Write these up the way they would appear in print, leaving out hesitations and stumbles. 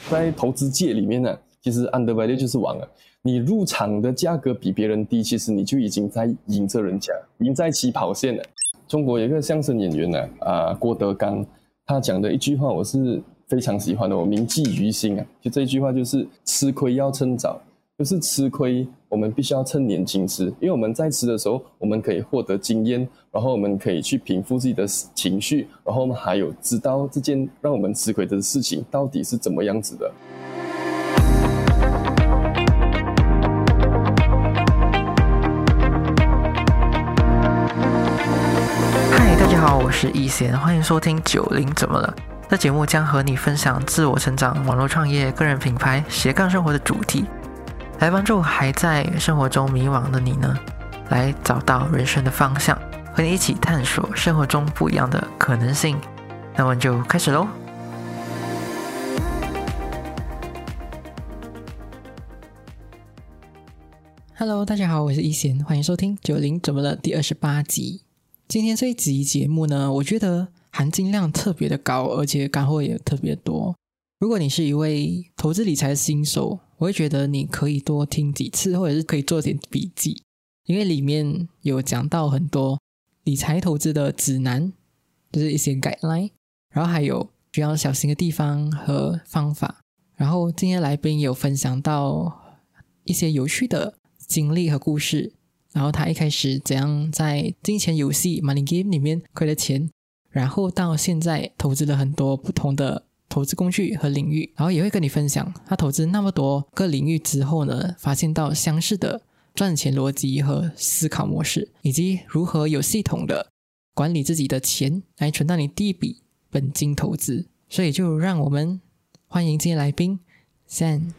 在投资界里面呢，其实 undervalue 就是王了。你入场的价格比别人低，其实你就已经在赢着人家，赢在起跑线了。中国有一个相声演员郭德纲，他讲的一句话我是非常喜欢的，我铭记于心啊。就这一句话就是吃亏要趁早，就是吃亏我们必须要趁年轻吃，因为我们在吃的时候我们可以获得经验，然后我们可以去平复自己的情绪，然后我们还有知道这件让我们吃亏的事情到底是怎么样子的。 我是易贤，欢迎收听90怎么了。这节目将和你分享自我成长、网络创业、个人品牌、斜杠生活的主题，来帮助还在生活中迷惘的你呢，来找到人生的方向，和你一起探索生活中不一样的可能性。那我们就开始咯。Hello， 大家好，我是易贤，欢迎收听90怎么了第28集。今天这一集节目呢，我觉得含金量特别的高，而且干货也特别多。如果你是一位投资理财的新手，我会觉得你可以多听几次，或者是可以做点笔记，因为里面有讲到很多理财投资的指南，就是一些 guideline， 然后还有需要小心的地方和方法。然后今天来宾有分享到一些有趣的经历和故事，然后他一开始怎样在金钱游戏 Money Game 里面亏了钱，然后到现在投资了很多不同的投资工具和领域，然后也会跟你分享他投资那么多个领域之后呢，发现到相似的赚钱逻辑和思考模式，以及如何有系统的管理自己的钱来存到你第一笔本金投资。所以就让我们欢迎今天来宾 Zen。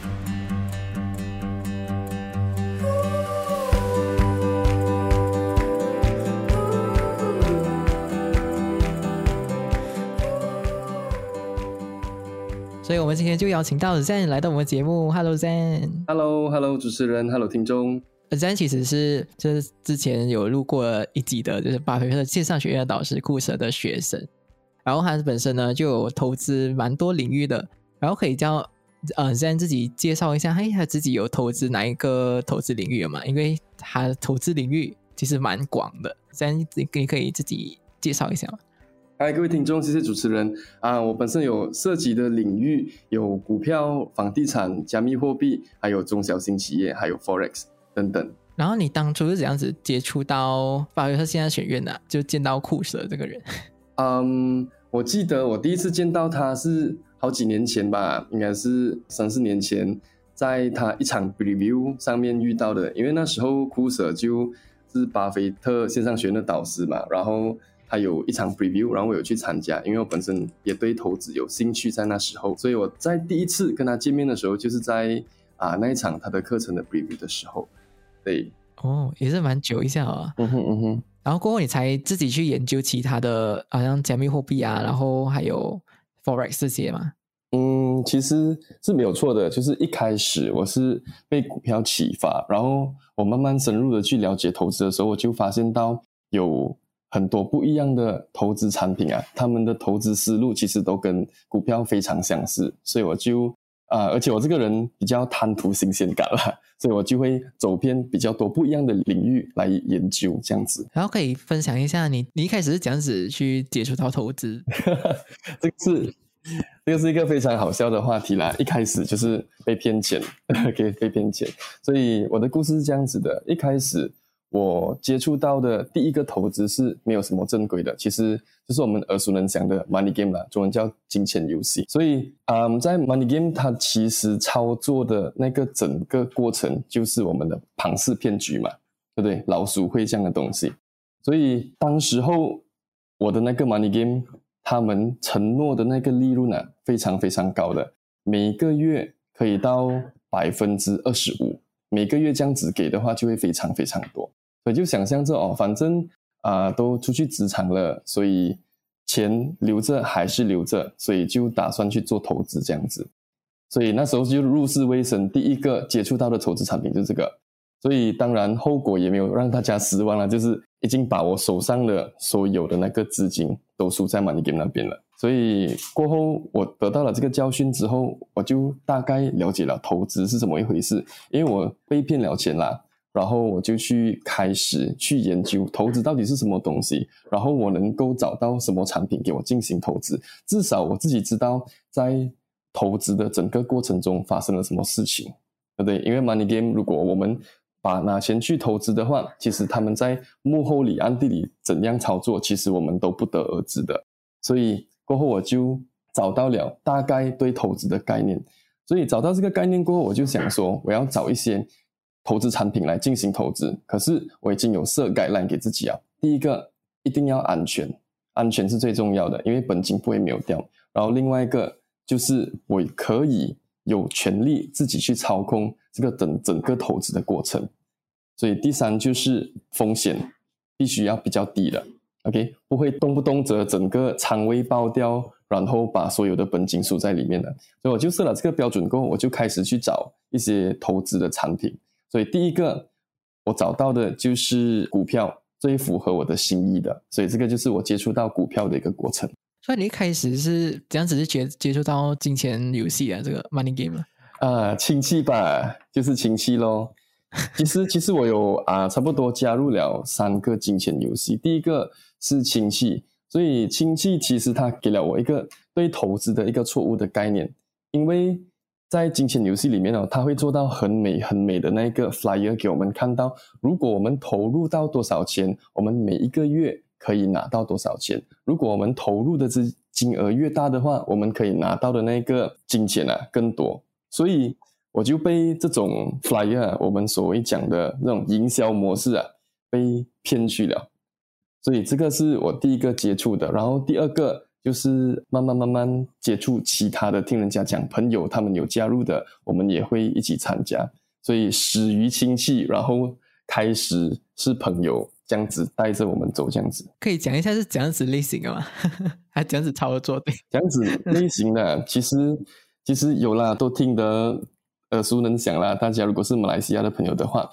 所以我们今天就邀请到 Zen 来到我们节目。 Hello Zen。 Hello 主持人， Hello 听众。 Zen 其实是就是之前有录过一集的，就是巴菲特线上学院的导师，库舍的学生，然后他本身呢就有投资蛮多领域的，然后可以叫Zen 自己介绍一下他自己有投资哪一个投资领域嘛，因为他投资领域其实蛮广的。 Zen 你可以自己介绍一下吗？ 嗨，各位听众，谢谢主持人我本身有涉及的领域有股票、房地产、加密货币，还有中小型企业，还有 Forex 等等。 然后你当初是怎样子接触到巴菲特线上学院的，就见到库舍这个人？ 我记得我第一次见到他是好几年前吧，应该是3-4年前，在他一场 review 上面遇到的。因为那时候库舍就是巴菲特线上学院的导师嘛，然后他有一场 preview， 然后我有去参加，因为我本身也对投资有兴趣在那时候，所以我在第一次跟他见面的时候就是在那一场他的课程的 preview 的时候。对， 也是蛮久一下啊。然后过后你才自己去研究其他的，好像加密货币啊，然后还有 Forex 这些嘛。 其实是没有错的，就是一开始我是被股票启发，然后我慢慢深入的去了解投资的时候，我就发现到有很多不一样的投资产品他们的投资思路其实都跟股票非常相似，所以我就而且我这个人比较贪图新鲜感啦，所以我就会走偏比较多不一样的领域来研究这样子。 然后可以分享一下你一开始是怎样子去接触到投资？ 这个是一个非常好笑的话题啦。一开始就是被骗钱被骗钱。所以我的故事是这样子的，一开始我接触到的第一个投资是没有什么正规的，其实就是我们耳熟能详的 Money Game 啦，中文叫金钱游戏。所以在 Money Game 它其实操作的那个整个过程就是我们的庞氏骗局嘛，对不对？老鼠会这样的东西。所以当时候我的那个 Money Game 他们承诺的那个利润非常非常高的，每个月可以到 25%， 每个月这样子给的话就会非常非常多。所以就想象着反正都出去职场了，所以钱留着还是留着，所以就打算去做投资这样子。所以那时候就入世未深，第一个接触到的投资产品就是这个。所以当然后果也没有让大家失望了，就是已经把我手上的所有的那个资金都输在 Money Game 那边了。 所以过后我得到了这个教训之后，我就大概了解了投资是怎么一回事。因为我被骗了钱啦，然后我就开始去研究投资到底是什么东西，然后我能够找到什么产品给我进行投资，至少我自己知道在投资的整个过程中发生了什么事情，对不对？因为 Money Game 如果我们拿钱去投资的话，其实他们在幕后里暗地里怎样操作，其实我们都不得而知的。所以过后我就找到了大概对投资的概念，所以找到这个概念过后，我就想说我要找一些投资产品来进行投资。可是我已经有设guideline给自己啊，第一个一定要安全，安全是最重要的，因为本金不会没有掉。然后另外一个就是我可以有权利自己去操控这个整个投资的过程。所以第三就是风险必须要比较低的 OK， 不会动不动则整个仓位爆掉，然后把所有的本金输在里面的。所以我就设了这个标准过后，我就开始去找一些投资的产品。所以第一个我找到的就是股票，最符合我的心意的，所以这个就是我接触到股票的一个过程。 所以你一开始是怎样子是接触到金钱游戏啊，这个 money game 亲戚吧，就是亲戚咯。其实我有差不多加入了3个金钱游戏。第一个是亲戚，所以亲戚其实他给了我一个对投资的一个错误的概念，因为在金钱游戏里面他会做到很美很美的那个 flyer 给我们看到，如果我们投入到多少钱，我们每一个月可以拿到多少钱，如果我们投入的金额越大的话，我们可以拿到的那个金钱更多。所以我就被这种 flyer 我们所谓讲的那种营销模式被骗去了。所以这个是我第一个接触的。然后第二个就是慢慢接触其他的，听人家讲朋友他们有加入的，我们也会一起参加。所以始于亲戚，然后开始是朋友，这样子带着我们走这样子。 可以讲一下是怎样子类型的吗？还怎样子操作的？ 这样子类型的其实有啦，都听得耳熟能详啦。大家如果是马来西亚的朋友的话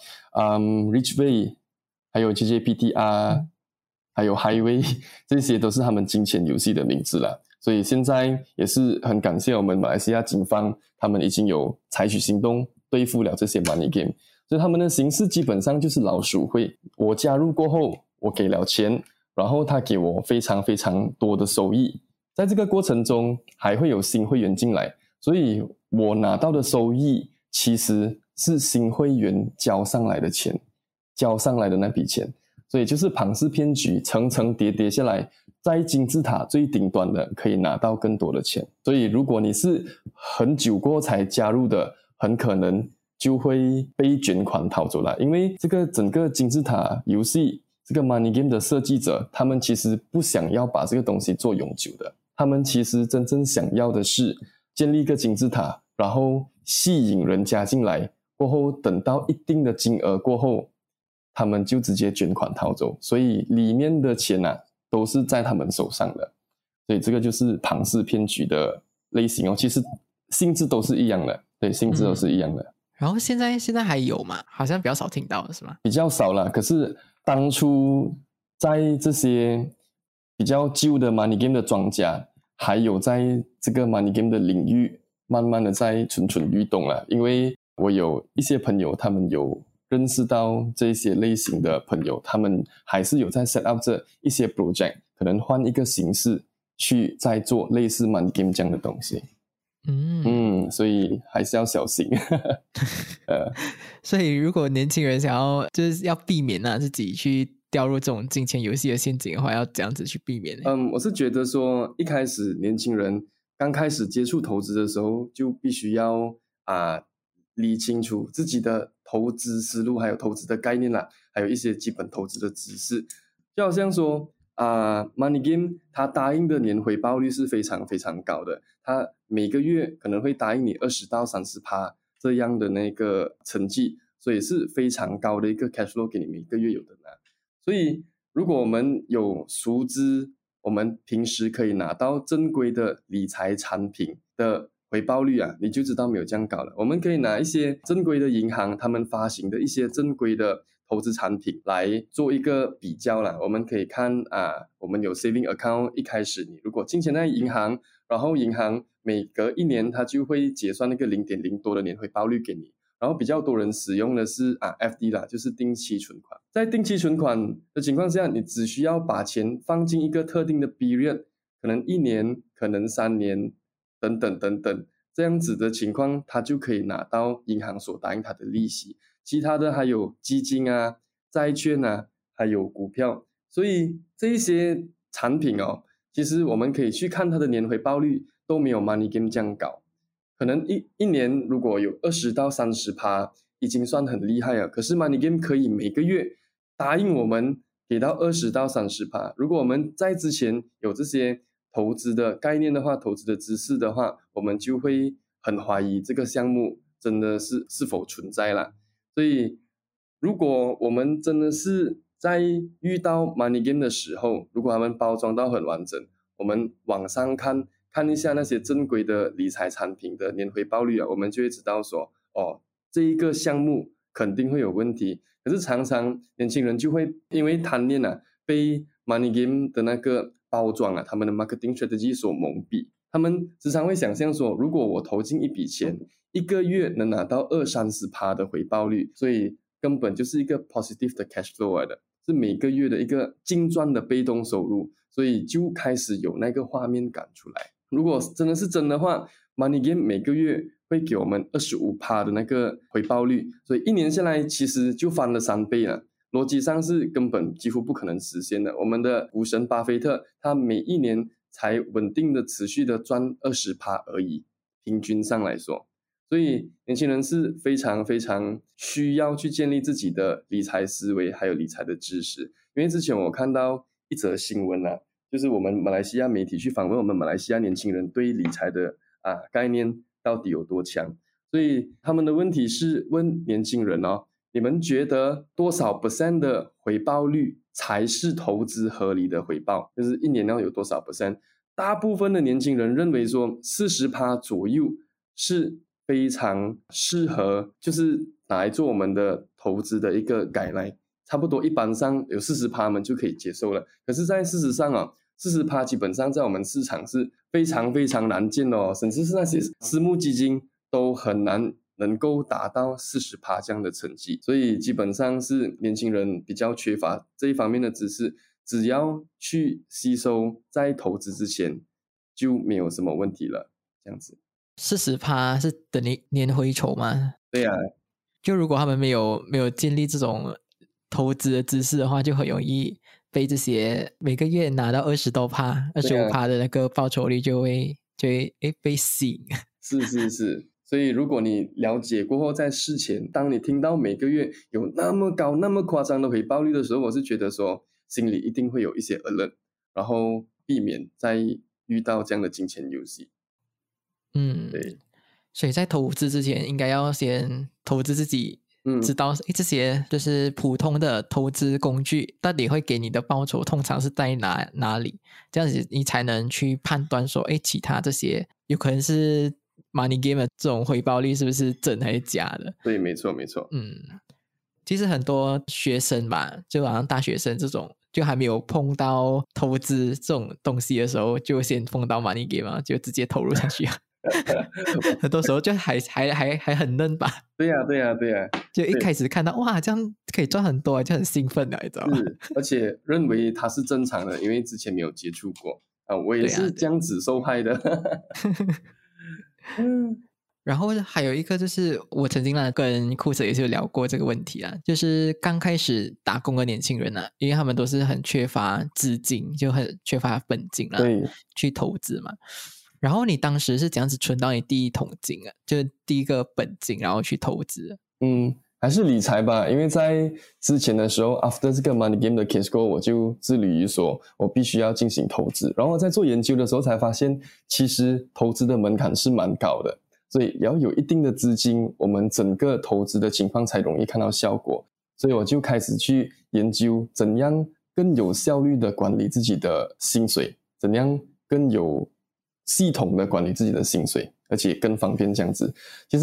，Richway 还有 JJPTR 还有 Highway 这些都是他们金钱游戏的名字啦。所以现在也是很感谢我们马来西亚警方，他们已经有采取行动对付了这些 money game。所以他们的形式基本上就是老鼠会，我加入过后我给了钱，然后他给我非常非常多的收益，在这个过程中还会有新会员进来，所以我拿到的收益其实是新会员交上来的钱，交上来的那笔钱。所以就是庞氏骗局层层叠下来，在金字塔最顶端的可以拿到更多的钱。所以如果你是很久过后才加入的，很可能就会被卷款逃走了。因为这个整个金字塔游戏，这个 money game 的设计者，他们其实不想要把这个东西做永久的，他们其实真正想要的是建立一个金字塔，然后吸引人家进来，过后等到一定的金额过后，他们就直接卷款逃走，所以里面的钱都是在他们手上的。所以这个就是庞氏骗局的类型其实性质都是一样的，对，性质都是一样的。 然后现在还有吗？好像比较少听到了，是吗？ 比较少了。可是当初在这些比较旧的 money game 的庄家，还有在这个 money game 的领域慢慢的在蠢蠢欲动了。因为我有一些朋友，他们有认识到这些类型的朋友，他们还是有在 set up 这一些 project， 可能换一个形式去再做类似 money game 这样的东西。所以还是要小心。 所以如果年轻人想要就是要避免自己去掉入这种金钱游戏的陷阱的话，要怎样子去避免呢？ 我是觉得说一开始年轻人刚开始接触投资的时候，就必须要理清楚自己的投资思路，还有投资的概念啦，还有一些基本投资的知识。就好像说money game 它答应的年回报率是非常非常高的，它每个月可能会答应你20%到30%这样的那个成绩，所以是非常高的一个 cash flow 给你每个月有的拿。所以如果我们有熟知我们平时可以拿到正规的理财产品的回报率你就知道没有这样高了。我们可以拿一些正规的银行他们发行的一些正规的投资产品来做一个比较啦。我们可以看我们有 saving account， 一开始你如果金钱在银行，然后银行每隔1年它就会结算那个 0.0 多的年回报率给你。然后比较多人使用的是FD 啦，就是定期存款。在定期存款的情况下，你只需要把钱放进一个特定的 period， 可能1年，可能3年，等等等等，这样子的情况，它就可以拿到银行所答应它的利息。其他的还有基金债券还有股票。所以这一些产品其实我们可以去看它的年回报率都没有 Money Game 这样高。可能一年如果有20到30%，已经算很厉害了。可是 Money Game 可以每个月答应我们给到20到30%。如果我们在之前有这些投资的概念的话，投资的知识的话，我们就会很怀疑这个项目真的是否存在啦。所以如果我们真的是在遇到 Money Game 的时候，如果他们包装到很完整，我们网上看一下那些正规的理财产品的年回报率我们就会知道说这一个项目肯定会有问题。可是常常年轻人就会因为贪念被 Money Game 的那个包装他们的 marketing strategy 所蒙蔽。他们时常会想象说，如果我投进一笔钱，1个月能拿到20-30% 的回报率，所以根本就是一个 positive 的 cash flow 来的，是每个月的一个净赚的被动收入，所以就开始有那个画面感出来。如果真的是真的话， Money Game 每个月会给我们25% 的那个回报率，所以1年下来其实就翻了3倍了。逻辑上是根本几乎不可能实现的。我们的股神巴菲特他每1年才稳定的持续的赚20% 而已，平均上来说。所以年轻人是非常非常需要去建立自己的理财思维还有理财的知识。因为之前我看到一则新闻就是我们马来西亚媒体去访问我们马来西亚年轻人对理财的概念到底有多强。所以他们的问题是问年轻人你们觉得多少 % 的回报率才是投资合理的回报？就是1年要有多少 %？ 大部分的年轻人认为说 40% 左右是非常适合，就是拿来做我们的投资的一个guideline，差不多一般上有 40% 他们就可以接受了。可是在事实上40% 基本上在我们市场是非常非常难见的甚至是那些私募基金都很难能够达到 40% 这样的成绩。所以基本上是年轻人比较缺乏这一方面的知识，只要去吸收在投资之前就没有什么问题了，这样子。 40% 是等于年回酬吗？ 对就如果他们没有建立这种投资的知识的话，就很容易被这些每个月拿到20多%、25% 的那个报酬率就会被吸引。 是。所以如果你了解过后，在事前当你听到每个月有那么高那么夸张的回报率的时候，我是觉得说心里一定会有一些 alert， 然后避免再遇到这样的金钱游戏。对。 所以在投资之前应该要先投资自己，知道这些就是普通的投资工具到底会给你的报酬通常是在哪里，这样子你才能去判断说其他这些有可能是 Money Game 的这种回报率是不是真还是假的。 对，没错。 其实很多学生吧，就好像大学生这种就还没有碰到投资这种东西的时候，就先碰到 Money Game 就直接投入下去很多时候就还很嫩吧。 对呀， 就一开始看到哇这样可以赚很多就很兴奋了，你知道吗？ 而且认为它是正常的，因为之前没有接触过我也是这样子受害的。 然后还有一个就是我曾经跟库瑟也是有聊过这个问题就是刚开始打工的年轻人因为他们都是很缺乏资金，就很缺乏本金对， 去投资嘛。然后你当时是怎样子存到你第一桶金就是第一个本金然后去投资？ 还是理财吧。因为在之前的时候 after 这个 Money Game 的 case go， 我就致力于说我必须要进行投资。然后在做研究的时候才发现其实投资的门槛是蛮高的，所以要有一定的资金，我们整个投资的情况才容易看到效果。所以我就开始去研究怎样更有效率的管理自己的薪水，怎样更有系统的管理自己的薪水，而且更方便这样子。其实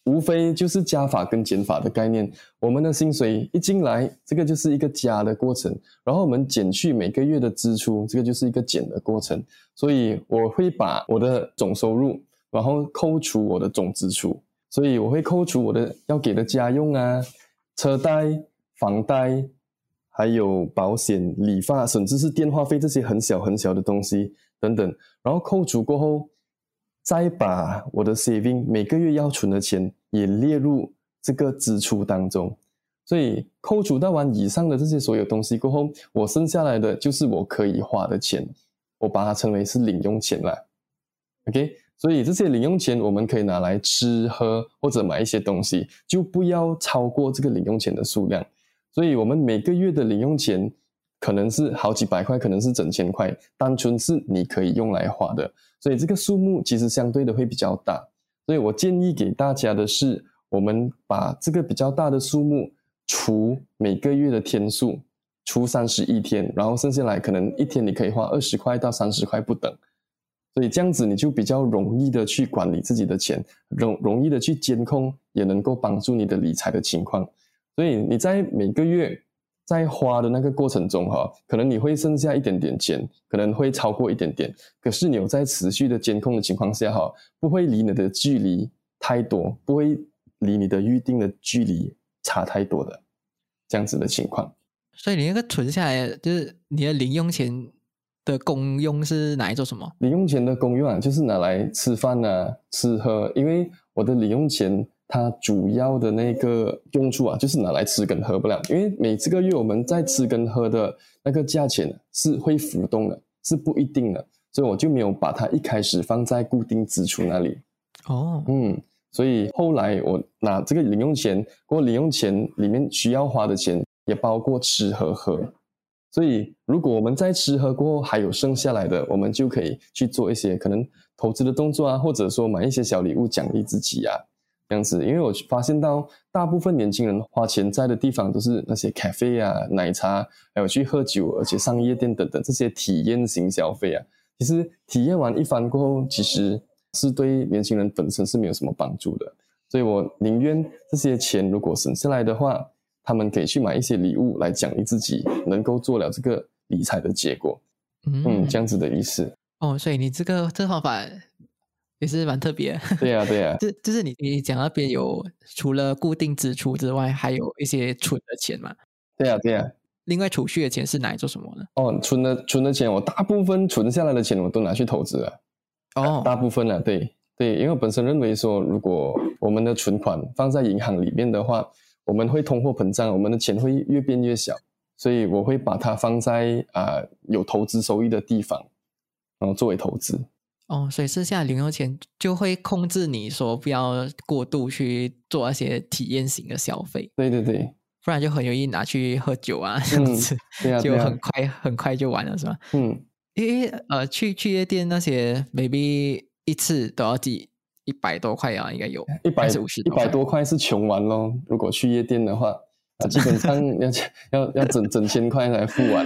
无非就是加法跟减法的概念。我们的薪水一进来，这个就是一个加的过程，然后我们减去每个月的支出，这个就是一个减的过程。所以我会把我的总收入，然后扣除我的总支出，所以我会扣除我的要给的家用啊、车贷、房贷，还有保险、理发，甚至是电话费这些很小很小的东西等等，然后扣除过后，再把我的 saving 每个月要存的钱也列入这个支出当中。所以扣除到完以上的这些所有东西过后，我剩下来的就是我可以花的钱，我把它称为是零用钱啦。OK， 所以这些零用钱我们可以拿来吃喝或者买一些东西，就不要超过这个零用钱的数量。所以我们每个月的零用钱可能是好几百块，可能是整千块，单纯是你可以用来花的，所以这个数目其实相对的会比较大。所以我建议给大家的是，我们把这个比较大的数目除每个月的天数，除31天，然后剩下来可能一天你可以花20块到30块不等。所以这样子你就比较容易的去管理自己的钱，容易的去监控，也能够帮助你的理财的情况。所以你在每个月在花的那个过程中可能你会剩下一点点钱，可能会超过一点点，可是你有在持续的监控的情况下不会离你的距离太多，不会离你的预定的距离差太多的这样子的情况。 所以你那个存下来就是你的零用钱的功用是拿来做什么？ 零用钱的功用就是拿来吃饭啊、吃喝，因为我的零用钱它主要的那个用处就是拿来吃跟喝不了，因为每这个月我们在吃跟喝的那个价钱是会浮动的，是不一定的，所以我就没有把它一开始放在固定支出那里。所以后来我拿这个零用钱，过零用钱里面需要花的钱也包括吃和喝。所以如果我们在吃喝过后还有剩下来的，我们就可以去做一些可能投资的动作或者说买一些小礼物奖励自己这样子。因为我发现到大部分年轻人花钱在的地方都是那些 cafe 奶茶，还有去喝酒，而且上夜店等等这些体验型消费其实体验完一番过后，其实是对年轻人本身是没有什么帮助的。所以我宁愿这些钱如果省下来的话，他们可以去买一些礼物来奖励自己能够做了这个理财的结果。这样子的意思。 所以你这方法也是蛮特别的。 对啊就是你讲那边有除了固定支出之外，还有一些存的钱嘛？ 对啊。 另外储蓄的钱是拿来做什么呢？ 存的钱，我大部分存下来的钱我都拿去投资了。大部分对，因为我本身认为说，如果我们的存款放在银行里面的话，我们会通货膨胀，我们的钱会越变越小，所以我会把它放在有投资收益的地方，然后作为投资。 所以剩下的零用钱就会控制你说不要过度去做那些体验型的消费。 对， 不然就很容易拿去喝酒这样子。就很快就完了是吧？因为去夜店那些 maybe 一次都要记100多块应该有 100多块是穷玩咯。如果去夜店的话基本上要整千块来付完。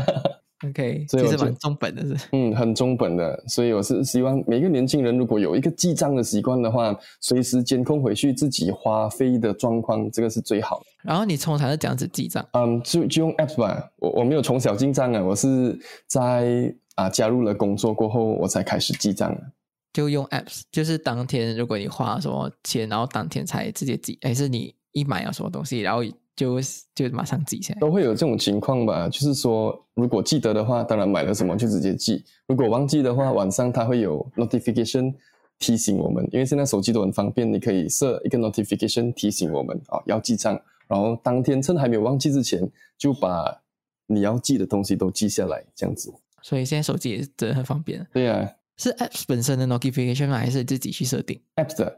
OK， 其实蛮重本的是。 很重本的，所以我是希望每个年轻人如果有一个记账的习惯的话，随时监控回去自己花费的状况，这个是最好的。 然后你从小是这样子记账？ 就用 apps 吧。我没有从小记账我是在加入了工作过后我才开始记账就用 apps， 就是当天如果你花什么钱，然后当天才直接记，还是你一买了什么东西，然后就马上记下来？ 都会有这种情况吧，就是说如果记得的话，当然买了什么就直接记，如果忘记的话，晚上它会有 notification 提醒我们，因为现在手机都很方便，你可以设一个 notification 提醒我们要记账，然后当天趁还没有忘记之前就把你要记的东西都记下来，这样子。 所以现在手机也真的很方便。 对啊。 是 apps 本身的 notification 吗？还是自己去设定 apps 的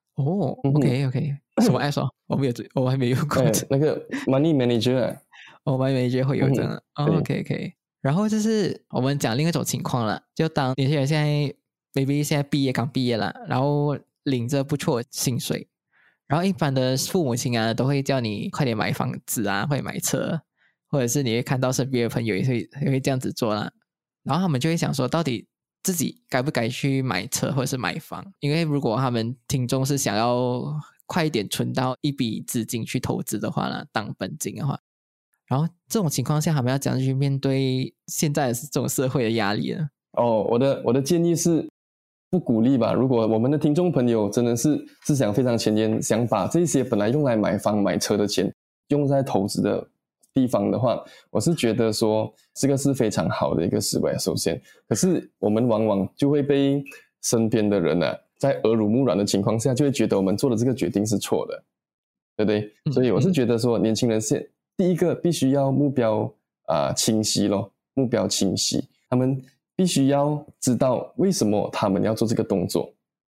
OK 什么 apps 我还没有用过那个 Money Manager Money Manager 会有这样OK 然后就是我们讲另一种情况了，就当年轻人现在 maybe 现在刚毕业了，然后领着不错的薪水，然后一般的父母亲都会叫你快点买房子快点买车，或者是你会看到身边的朋友也会这样子做啦，然后他们就会想说到底自己该不该去买车或者是买房。因为如果他们听众是想要快一点存到一笔资金去投资的话呢，当本金的话，然后这种情况下他们要怎样去面对现在的这种社会的压力呢？ 我的建议是不鼓励吧。如果我们的听众朋友真的是思想非常前沿，想把这些本来用来买房买车的钱用在投资的地方的话，我是觉得说这个是非常好的一个思维。首先，可是我们往往就会被身边的人在耳濡目染的情况下，就会觉得我们做的这个决定是错的，对不对？所以我是觉得说年轻人第一个必须要目标清晰咯，目标清晰，他们必须要知道为什么他们要做这个动作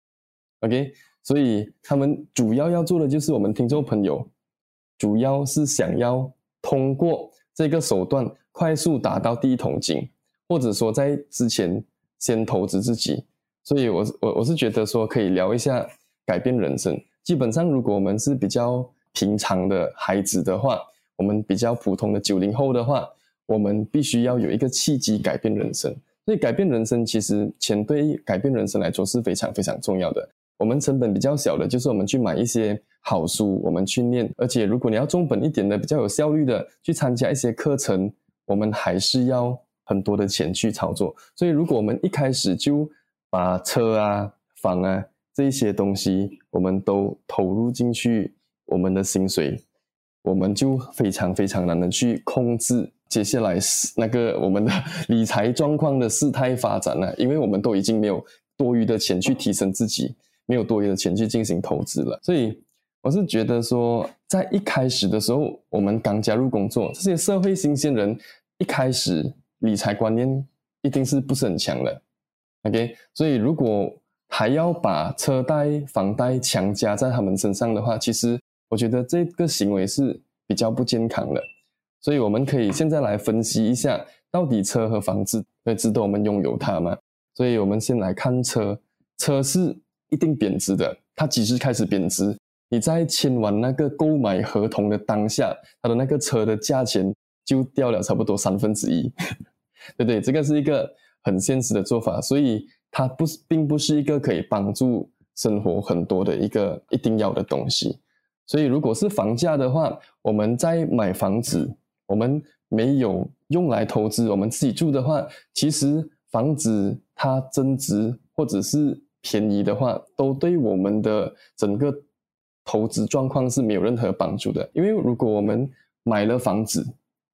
OK， 所以他们主要要做的就是我们听众朋友主要是想要通过这个手段快速达到第一桶金，或者说在之前先投资自己。所以我是觉得说可以聊一下改变人生。基本上如果我们是比较平常的孩子的话，我们比较普通的90后的话，我们必须要有一个契机改变人生。所以改变人生其实钱对改变人生来说是非常非常重要的。我们成本比较小的就是我们去买一些好书我们去念，而且如果你要重本一点的比较有效率的去参加一些课程，我们还是要很多的钱去操作。所以如果我们一开始就把车房这一些东西我们都投入进去我们的薪水，我们就非常非常难的去控制接下来那个我们的理财状况的事态发展了，因为我们都已经没有多余的钱去提升自己，没有多余的钱去进行投资了。所以我是觉得说在一开始的时候，我们刚加入工作，这些社会新鲜人一开始理财观念一定是不是很强的 OK， 所以如果还要把车贷房贷强加在他们身上的话，其实我觉得这个行为是比较不健康的。所以我们可以现在来分析一下，到底车和房子会值得我们拥有它吗？所以我们先来看车。车是一定贬值的，它几时开始贬值？你在签完那个购买合同的当下，它的那个车的价钱就掉了差不多1/3对不对？这个是一个很现实的做法，所以它并不是一个可以帮助生活很多的一个一定要的东西。所以如果是房价的话，我们在买房子，我们没有用来投资，我们自己住的话，其实房子它增值或者是便宜的话，都对我们的整个投资状况是没有任何帮助的。因为如果我们买了房子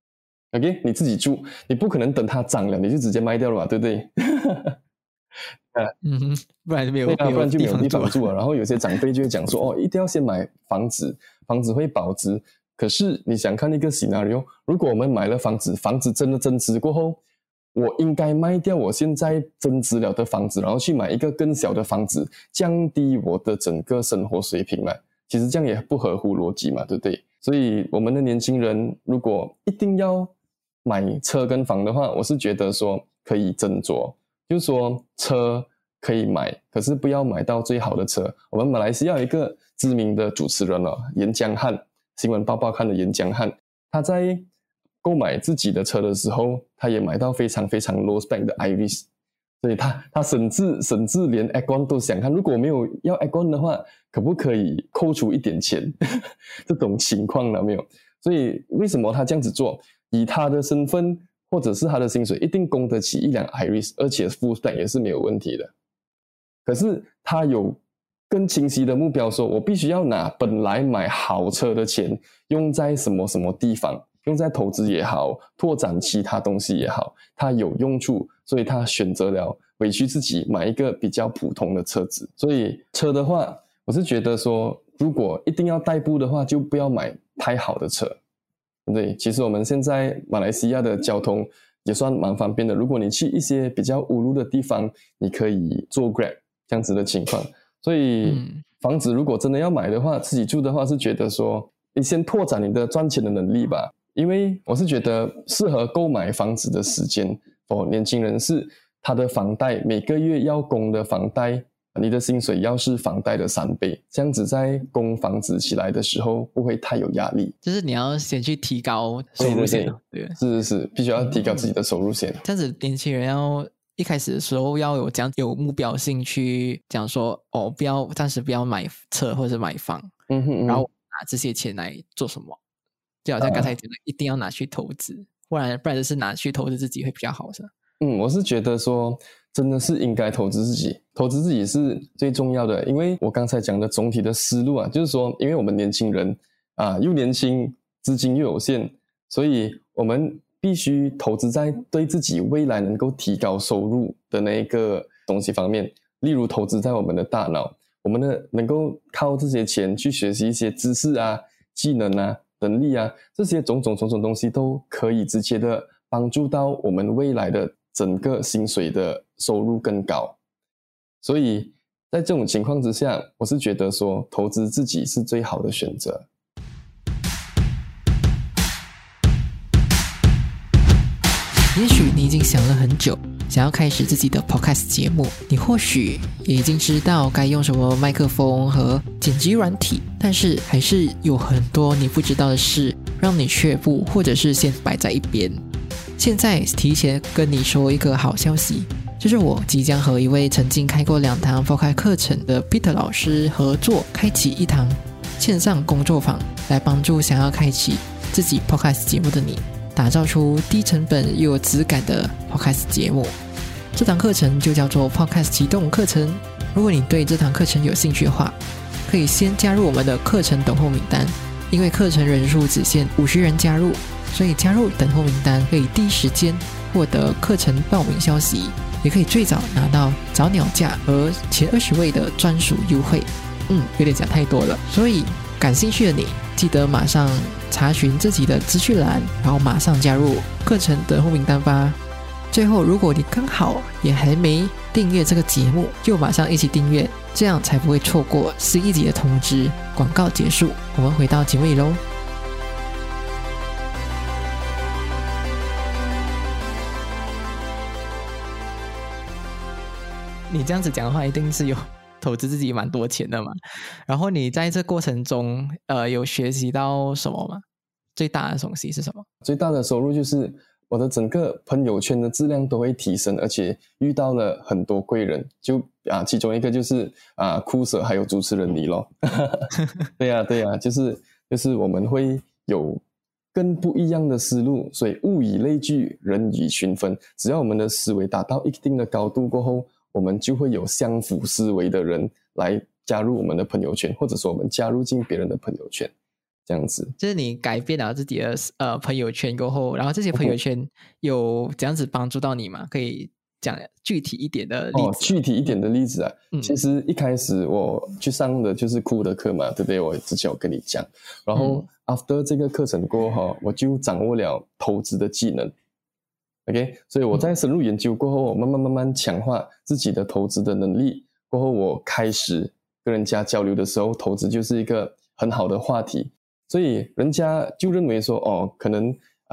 OK， 你自己住，你不可能等它涨了你就直接卖掉了吧，对不对？ 不然就没有地方住了。然后有些长辈就会讲说，一定要先买房子，房子会保值。可是你想看一个 scenario， 如果我们买了房子，房子真的增值过后，我应该卖掉我现在增值了的房子，然后去买一个更小的房子，降低我的整个生活水平嘛？其实这样也不合乎逻辑嘛，对不对？所以我们的年轻人如果一定要买车跟房的话，我是觉得说可以斟酌，就是说车可以买，可是不要买到最好的车。我们马来西亚有一个知名的主持人严江汉，新闻报报看的严江汉，他在购买自己的车的时候，他也买到非常非常 low spec 的 Iris， 所以他甚至连 Aircon 都想看，如果没有要 Aircon 的话，可不可以扣除一点钱这种情况了没有？所以为什么他这样子做？以他的身份或者是他的薪水，一定供得起一辆 Iris， 而且 full spec 也是没有问题的。可是他有更清晰的目标，说我必须要拿本来买好车的钱用在什么什么地方，用在投资也好，拓展其他东西也好，它有用处，所以他选择了委屈自己买一个比较普通的车子。所以车的话，我是觉得说如果一定要代步的话，就不要买太好的车。对，其实我们现在马来西亚的交通也算蛮方便的，如果你去一些比较乌路的地方，你可以坐 Grab 这样子的情况。所以房子如果真的要买的话，自己住的话，是觉得说你先拓展你的赚钱的能力吧。因为我是觉得适合购买房子的时间年轻人是他的房贷每个月要供的房贷，你的薪水要是房贷的3倍，这样子在供房子起来的时候不会太有压力。 就是你要先去提高收入线。 对，是必须要提高自己的收入线。 这样子年轻人要一开始的时候要有这样有目标性去讲说暂时不要买车或者买房，然后拿这些钱来做什么？就好像刚才讲的，一定要拿去投资，不然就是拿去投资自己会比较好，是吧？ 我是觉得说真的是应该投资自己，投资自己是最重要的。因为我刚才讲的总体的思路啊，就是说因为我们年轻人又年轻，资金又有限，所以我们必须投资在对自己未来能够提高收入的那一个东西方面，例如投资在我们的大脑，我们能够靠这些钱去学习一些知识啊、技能啊、能力啊，这些种种东西都可以直接的帮助到我们未来的整个薪水的收入更高。所以在这种情况之下，我是觉得说投资自己是最好的选择。 也许你已经想了很久，想要开始自己的 podcast 节目，你或许也已经知道该用什么麦克风和剪辑软体，但是还是有很多你不知道的事让你却步，或者是先摆在一边。现在提前跟你说一个好消息，就是我即将和一位曾经开过2堂 podcast 课程的 Peter 老师合作，开启一堂线上工作坊，来帮助想要开启自己 podcast 节目的你，打造出低成本又有质感的 podcast 节目。这堂课程就叫做 Podcast 启动课程。如果你对这堂课程有兴趣的话，可以先加入我们的课程等候名单，因为课程人数只限50人加入，所以加入等候名单可以第一时间获得课程报名消息，也可以最早拿到早鸟价和前20位的专属优惠。有点讲太多了，所以感兴趣的你记得马上查询自己的资讯栏，然后马上加入课程等候名单吧。最后，如果你刚好也还没订阅这个节目，就马上一起订阅，这样才不会错过新一集的通知。广告结束，我们回到节目里咯。你这样子讲的话，一定是有投资自己蛮多钱的嘛。然后你在这过程中有学习到什么吗？最大的东西是什么？ 最大的收入就是我的整个朋友圈的质量都会提升，而且遇到了很多贵人，就其中一个就是酷舍还有主持人你咯。对啊，就是我们会有更不一样的思路，所以物以类聚，人以群分，只要我们的思维达到一定的高度过后，我们就会有相符思维的人来加入我们的朋友圈，或者说我们加入进别人的朋友圈，这样子。 就是你改变了自己的朋友圈过后，然后这些朋友圈有这样子帮助到你吗？可以讲具体一点的例子。 具体一点的例子其实一开始我去上的就是酷的课嘛，对不对？我之前有跟你讲，然后after 这个课程过后，我就掌握了投资的技能。OK， 所以我在深入研究过后，我慢慢强化自己的投资的能力。过后我开始跟人家交流的时候，投资就是一个很好的话题，所以人家就认为说可能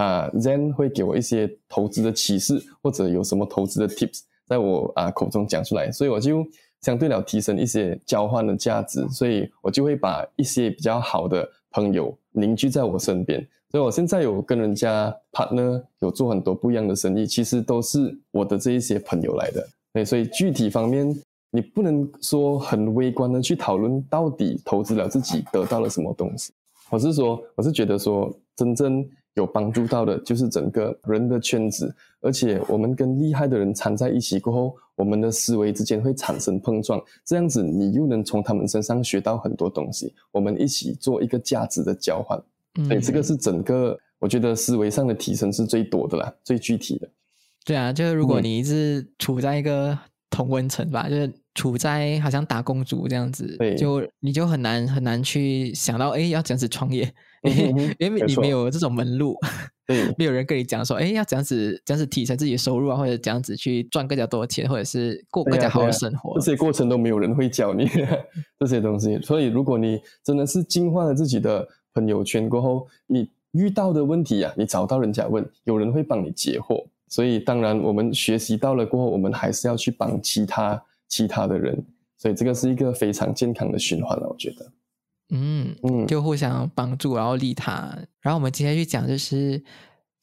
Zen 会给我一些投资的启示，或者有什么投资的 tips 在我口中讲出来，所以我就相对了提升一些交换的价值，所以我就会把一些比较好的朋友凝聚在我身边。所以我现在有跟人家 partner 有做很多不一样的生意，其实都是我的这一些朋友来的。对，所以具体方面你不能说很微观的去讨论到底投资了自己得到了什么东西，我是觉得说真正有帮助到的就是整个人的圈子，而且我们跟厉害的人掺在一起过后，我们的思维之间会产生碰撞，这样子你又能从他们身上学到很多东西，我们一起做一个价值的交换。所以这个是整个我觉得思维上的提升是最多的啦，最具体的。 对啊，就是如果你一直处在一个同温层吧，就是处在好像打工族这样子，你就很难去想到要这样子创业，因为你没有这种门路，没有人跟你讲说要这样子提升自己的收入或者这样子去赚更加多的钱，或者是过更加好的生活， 这些过程都没有人会教你这些东西。所以如果你真的是净化了自己的朋友圈过后，你遇到的问题你找到人家问，有人会帮你解惑。所以当然我们学习到了过后，我们还是要去帮其他的人，所以这个是一个非常健康的循环了，我觉得。 就互相帮助，然后利他。然后我们接下来去讲就是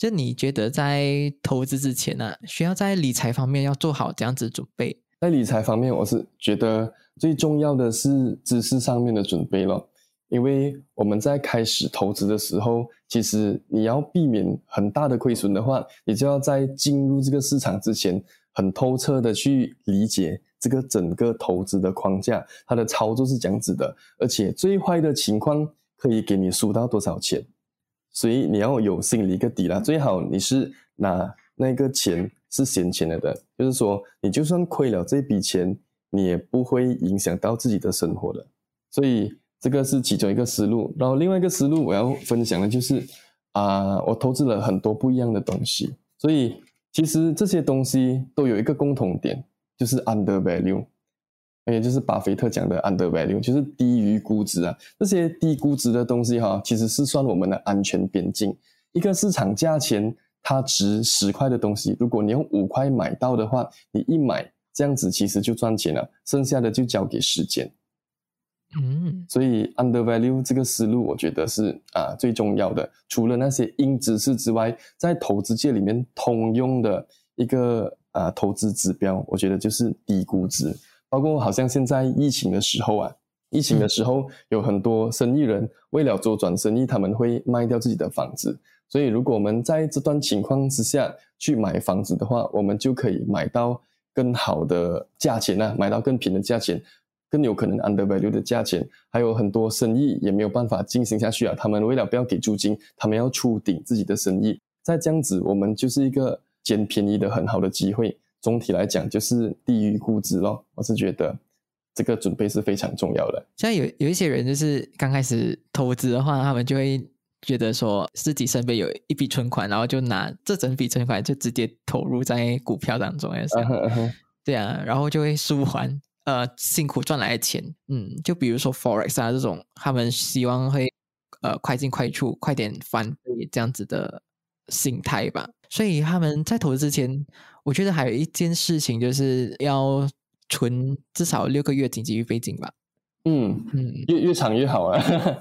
就你觉得在投资之前呢，需要在理财方面要做好这样子准备？ 在理财方面，我是觉得最重要的是知识上面的准备咯。因为我们在开始投资的时候，其实你要避免很大的亏损的话，你就要在进入这个市场之前，很透彻的去理解这个整个投资的框架，它的操作是这样子的，而且最坏的情况可以给你输到多少钱。所以你要有心里一个底啦，最好你是拿那个钱是闲钱了的，就是说你就算亏了这笔钱，你也不会影响到自己的生活的。所以这个是其中一个思路。然后另外一个思路我要分享的就是我投资了很多不一样的东西，所以其实这些东西都有一个共同点，就是 undervalue， 也就是巴菲特讲的 undervalue， 就是低于估值啊。这些低估值的东西其实是算我们的安全边境。一个市场价钱它值10块的东西，如果你用5块买到的话，你一买这样子其实就赚钱了，剩下的就交给时间。所以 undervalue 这个思路我觉得是最重要的。除了那些硬知识之外，在投资界里面通用的一个投资指标，我觉得就是低估值。包括好像现在疫情的时候有很多生意人为了周转生意，他们会卖掉自己的房子。所以如果我们在这段情况之下去买房子的话，我们就可以买到更好的价钱买到更便宜的价钱，更有可能 undervalue 的价钱。还有很多生意也没有办法进行下去他们为了不要给租金，他们要出顶自己的生意。在这样子，我们就是一个捡便宜的很好的机会。总体来讲就是低于估值咯，我是觉得这个准备是非常重要的。 像有一些人就是刚开始投资的话，他们就会觉得说自己身边有一笔存款，然后就拿这整笔存款就直接投入在股票当中对啊，然后就会舒缓辛苦赚来的钱。就比如说 Forex 这种，他们希望会快进快出，快点翻倍这样子的心态吧。所以他们在投资之前，我觉得还有一件事情就是要存至少6个月紧急预备金吧。 越长越好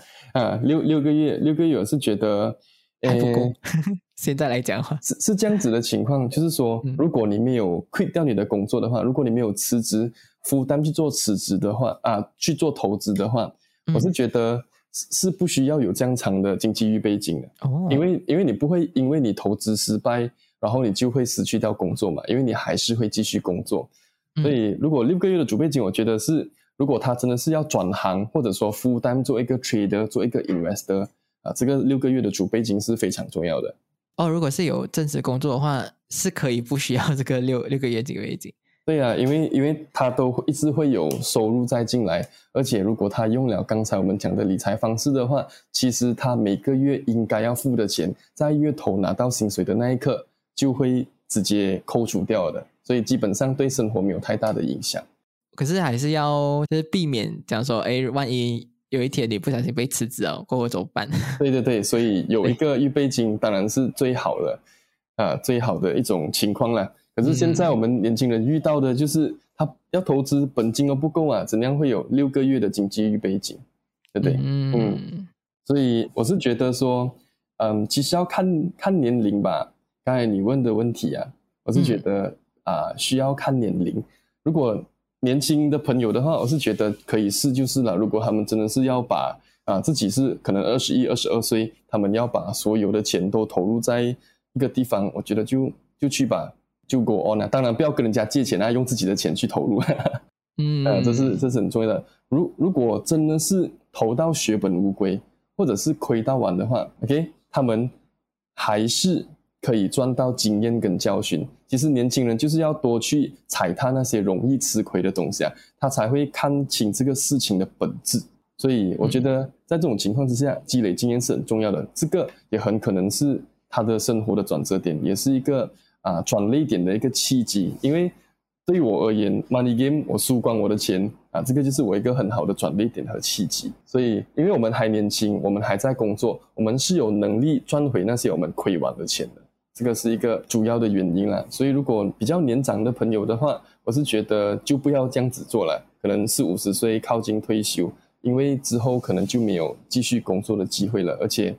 6个月我是觉得还不够现在来讲的话是这样子的情况，就是说如果你没有 quit 掉你的工作的话，如果你没有辞职负担去做辞职的话去做投资的话，我是觉得是不需要有这样长的经济预备金的。因为你不会因为你投资失败然后你就会失去掉工作嘛，因为你还是会继续工作。所以如果6个月的储备金，我觉得是如果他真的是要转行或者说负担做一个 trader 做一个 investor这个6个月的储备金是非常重要的。 如果是有正职工作的话，是可以不需要这个6个月储备金。 对因为他都一直会有收入再进来，而且如果他用了刚才我们讲的理财方式的话，其实他每个月应该要付的钱，在月头拿到薪水的那一刻就会直接扣除掉的，所以基本上对生活没有太大的影响。 可是还是要就是避免讲说万一有一天你不小心被辞职了过后怎么办？ 对，所以有一个预备金当然是最好的一种情况啦。可是现在我们年轻人遇到的就是他要投资本金都不够怎样会有6个月的经济预备金，对不对？所以我是觉得说其实要看年龄吧。刚才你问的问题我是觉得需要看年龄。如果年轻的朋友的话，我是觉得可以试就是了。如果他们真的是要把自己是可能21、22岁，他们要把所有的钱都投入在一个地方，我觉得就去吧，就 go on 当然不要跟人家借钱用自己的钱去投入这是很重要的。如果真的是投到血本无归，或者是亏到完的话 OK， 他们还是可以赚到经验跟教训。其实年轻人就是要多去踩踏那些容易吃亏的东西他才会看清这个事情的本质。所以我觉得在这种情况之下，积累经验是很重要的。这个也很可能是他的生活的转折点，也是一个转捩点的一个契机。因为对于我而言 Money Game 我输光我的钱这个就是我一个很好的转捩点和契机。所以因为我们还年轻，我们还在工作，我们是有能力赚回那些我们亏完的钱的，这个是一个主要的原因啦。所以如果比较年长的朋友的话，我是觉得就不要这样子做了，可能40-50岁靠近退休，因为之后可能就没有继续工作的机会了，而且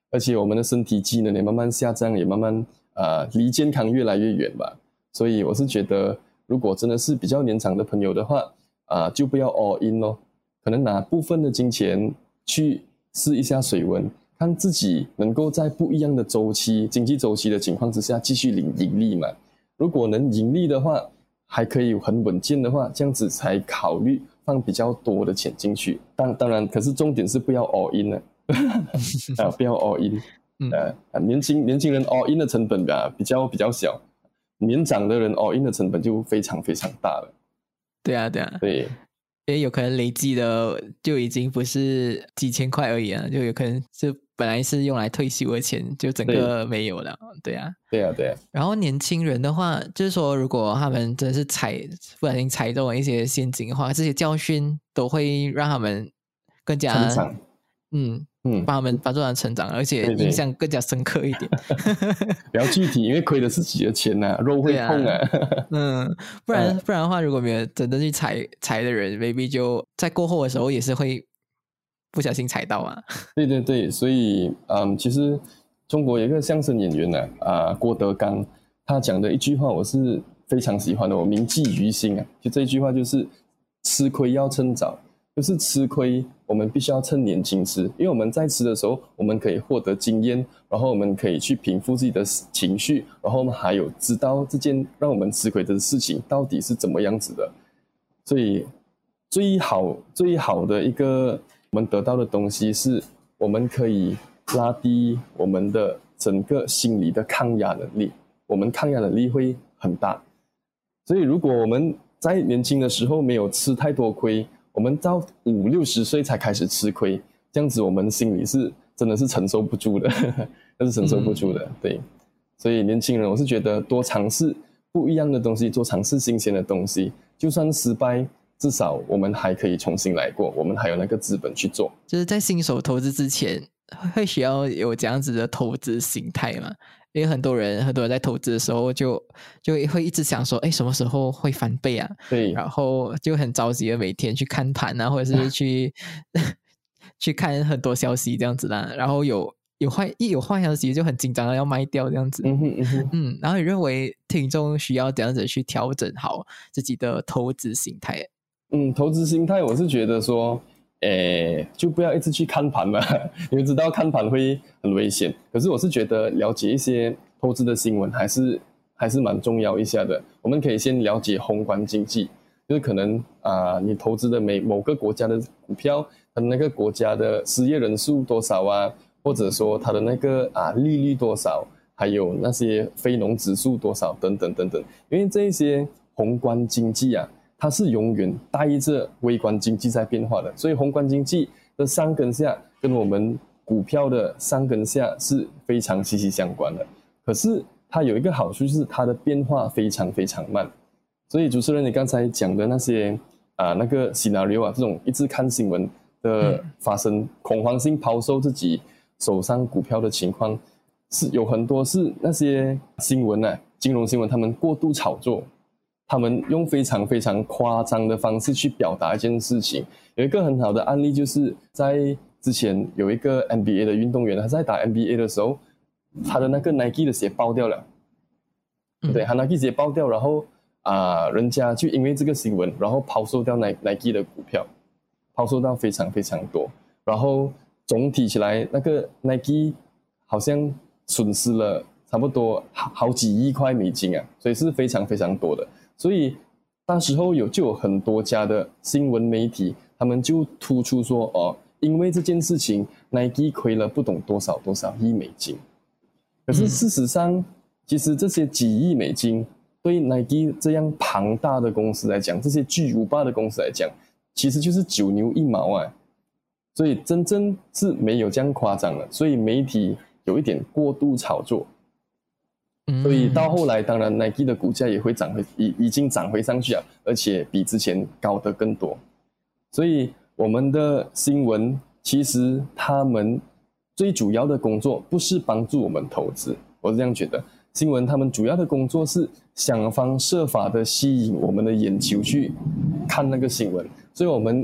而且我们的身体机能也慢慢下降，也慢慢离健康越来越远吧。所以我是觉得，如果真的是比较年长的朋友的话，就不要 all in 咯，可能拿部分的金钱去试一下水温，看自己能够在不一样的经济周期的情况之下继续盈利嘛。如果能盈利的话，还可以很稳健的话，这样子才考虑放比较多的钱进去。当然，可是重点是不要 all in 了不要 all in。年轻人 all in 的成本比较小，年长的人 all in 的成本就非常非常大了。 对啊， 对， 因为有可能累积的就已经不是几千块而已啊，就有可能就本来是用来退休的钱，就整个没有了。对啊。然后年轻人的话，就是说如果他们真的是不小心踩中了一些陷阱的话，这些教训都会让他们更加成长。 帮助他成长，而且印象更加深刻一点。 比较具体，因为亏的是自己的钱肉会痛不然的话，如果没有真的去踩的人 ，maybe 就在过后的时候也是会不小心踩到啊。 对，所以其实中国有一个相声演员郭德纲，他讲的一句话我是非常喜欢的，我铭记于心就这一句话就是吃亏要趁早。就是吃亏我们必须要趁年轻吃，因为我们在吃的时候我们可以获得经验，然后我们可以去平复自己的情绪，然后我们还有知道这件让我们吃亏的事情到底是怎么样子的。所以最好的一个我们得到的东西是我们可以拉低我们的整个心理的抗压能力，我们抗压能力会很大。所以如果我们在年轻的时候没有吃太多亏，我们到50-60岁才开始吃亏，这样子我们心里是真的是承受不住的那是承受不住的。对，所以年轻人我是觉得多尝试不一样的东西，多尝试新鲜的东西，就算失败至少我们还可以重新来过，我们还有那个资本去做。 就是在新手投资之前会需要有这样子的投资心态嘛？因为很多人在投资的时候就会一直想说，什么时候会翻倍啊？ 对， 然后就很着急的每天去看盘啊，或者是去去看很多消息这样子啦。然后有坏消息就很紧张的要卖掉这样子。然后你认为听众需要这样子去调整好自己的投资心态？ 投资心态我是觉得说就不要一直去看盘嘛你们知道看盘会很危险，可是我是觉得了解一些投资的新闻还是蛮重要一下的。我们可以先了解宏观经济，就是可能你投资的某个国家的股票，它的那个国家的失业人数多少或者说它的那个利率多少，还有那些非农指数多少等等，因为这些宏观经济它是永远带着微观经济在变化的，所以宏观经济的上跟下跟我们股票的上跟下是非常息息相关的。可是它有一个好处，就是它的变化非常非常慢。所以主持人你刚才讲的那些那个 scenario 这种一直看新闻的发生恐慌性抛售自己手上股票的情况，是有很多是那些新闻金融新闻他们过度炒作，他们用非常非常夸张的方式去表达一件事情。有一个很好的案例，就是在之前有一个 NBA 的运动员，他在打 NBA 的时候，他的那个 Nike 的鞋爆掉了。对，他 Nike 鞋爆掉，然后人家就因为这个新闻，然后抛售掉 Nike 的股票，抛售到非常非常多，然后总体起来那个 Nike 好像损失了差不多好几亿块美金所以是非常非常多的。所以那时候就有很多家的新闻媒体，他们就突出说因为这件事情 Nike 亏了不懂多少亿美金。可是事实上其实这些几亿美金对 Nike 这样庞大的公司来讲，这些巨无霸的公司来讲，其实就是9牛1毛所以真正是没有这样夸张了。所以媒体有一点过度炒作，所以到后来当然 Nike 的股价也会已经涨回上去了，而且比之前高得更多。所以我们的新闻其实他们最主要的工作不是帮助我们投资，我是这样觉得。新闻他们主要的工作是想方设法的吸引我们的眼球去看那个新闻，所以我们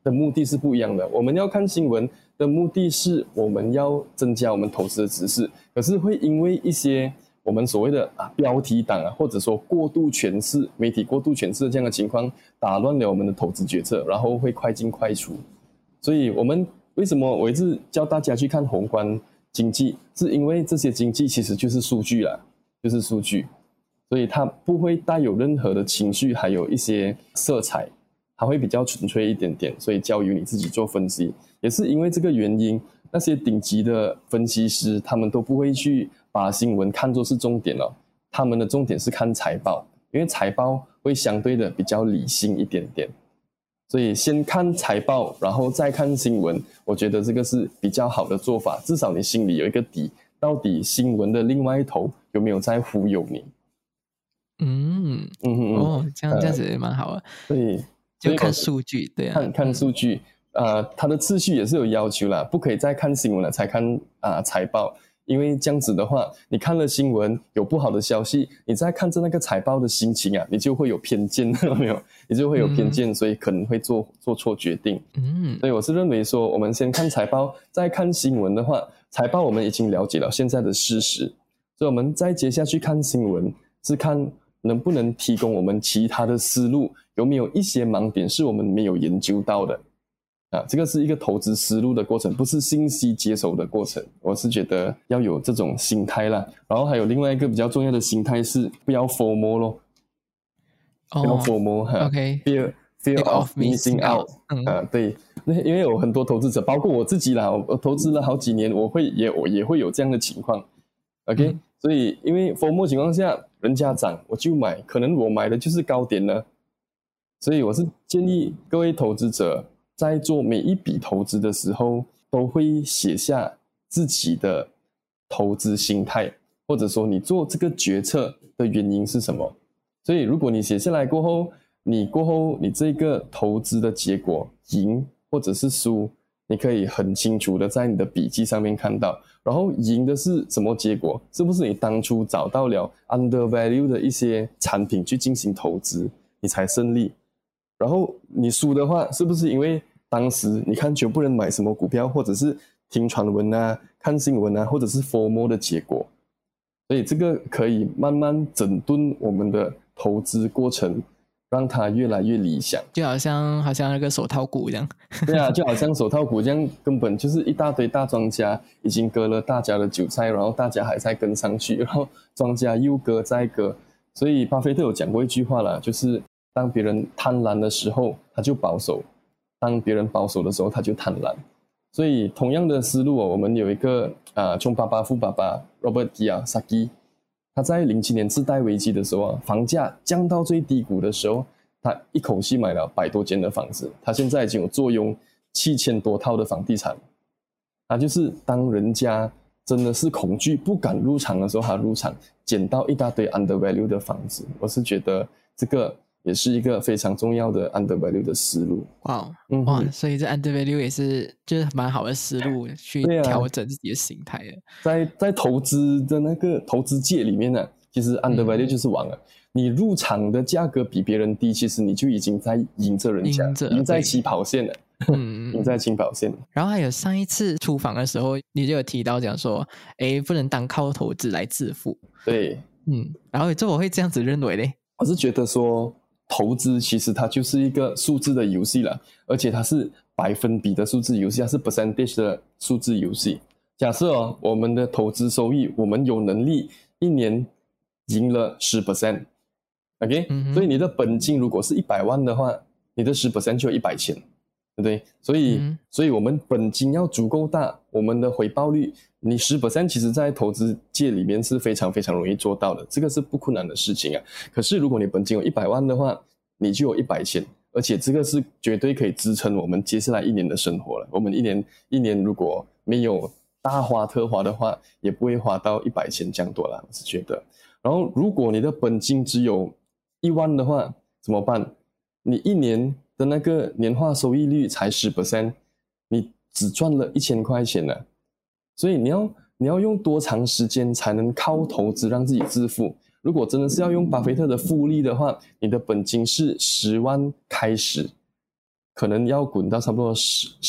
的目的是不一样的。我们要看新闻的目的是我们要增加我们投资的知识，可是会因为一些我们所谓的标题党或者说过度诠释，媒体过度诠释这样的情况，打乱了我们的投资决策，然后会快进快出。所以我们为什么我一直教大家去看宏观经济，是因为这些经济其实就是数据啦，就是数据，所以它不会带有任何的情绪，还有一些色彩，它会比较纯粹一点点，所以交由你自己做分析。也是因为这个原因，那些顶级的分析师他们都不会去把新闻看作是重点了，他们的重点是看财报，因为财报会相对的比较理性一点点，所以先看财报然后再看新闻，我觉得这个是比较好的做法，至少你心里有一个底，到底新闻的另外一头有没有在忽悠你。 这样子也蛮好的。 对， 就看数据，对啊， 看数据，它的次序也是有要求啦，不可以再看新闻了才看财报，因为这样子的话，你看了新闻有不好的消息，你再看着那个财报的心情你就会有偏见，有没有？你就会有偏见，所以可能会做错决定。所以我是认为说，我们先看财报，再看新闻的话，财报我们已经了解了现在的事实，所以我们再接下去看新闻，是看能不能提供我们其他的思路，有没有一些盲点是我们没有研究到的。这个是一个投资思路的过程，不是信息接收的过程。我是觉得要有这种心态啦。然后还有另外一个比较重要的心态是不要 FOMO 咯，不要 FOMO，fear of missing out。对，因为有很多投资者，包括我自己啦，我投资了好几年，我也会有这样的情况。OK，所以因为 FOMO 情况下，人家涨我就买，可能我买的就是高点呢。所以我是建议各位投资者在做每一笔投资的时候，都会写下自己的投资心态，或者说你做这个决策的原因是什么。所以如果你写下来过后，你这个投资的结果赢或者是输，你可以很清楚的在你的笔记上面看到。然后赢的是什么结果？是不是你当初找到了 undervalue 的一些产品去进行投资，你才胜利？然后你输的话，是不是因为当时你看全部人买什么股票，或者是听传闻看新闻或者是 FOMO 的结果？所以这个可以慢慢整顿我们的投资过程，让它越来越理想。 就好像那个手套股这样。 对啊，就好像手套股这样，根本就是一大堆大庄家已经割了大家的韭菜，然后大家还在跟上去，然后庄家又割再割。所以巴菲特有讲过一句话啦，就是当别人贪婪的时候他就保守，当别人保守的时候他就贪婪。所以同样的思路我们有一个穷爸爸富爸爸 Robert Kiyosaki， 他在07年次贷危机的时候房价降到最低谷的时候，他一口气买了100多间的房子，他现在已经有坐拥7000多套的房地产。他就是当人家真的是恐惧不敢入场的时候，他入场捡到一大堆 undervalue 的房子。我是觉得这个也是一个非常重要的 undervalue 的思路。 哇，所以这 undervalue 也是就是蛮好的思路去调整自己的心态的。 在投资的那个投资界里面其实 undervalue 就是王了。你入场的价格比别人低，其实你就已经在赢着人家，赢在起跑线了。赢在起跑线。 然后还有上一次出访的时候，你就有提到讲说，不能单靠投资来致富。 对， 然后我会这样子认为嘞。 我是觉得说，投资其实它就是一个数字的游戏了，而且它是百分比的数字游戏，它是 percentage 的数字游戏。假设我们的投资收益，我们有能力一年赢了 10%。OK，所以你的本金如果是100万的话，你的 10% 就有100千，对不对？所以我们本金要足够大，我们的回报率，你 10% 其实在投资界里面是非常非常容易做到的，这个是不困难的事情可是如果你本金有100万的话，你就有100千，而且这个是绝对可以支撑我们接下来一年的生活了。我们一年如果没有大花特花的话，也不会花到100千这样多啦，我是觉得。然后如果你的本金只有1万的话怎么办？你一年的那个年化收益率才 10%， 你只赚了1000块钱了。所以你要用多长时间才能靠投资让自己致富？如果真的是要用巴菲特的复利的话，你的本金是10万开始， 可能要滚到差不多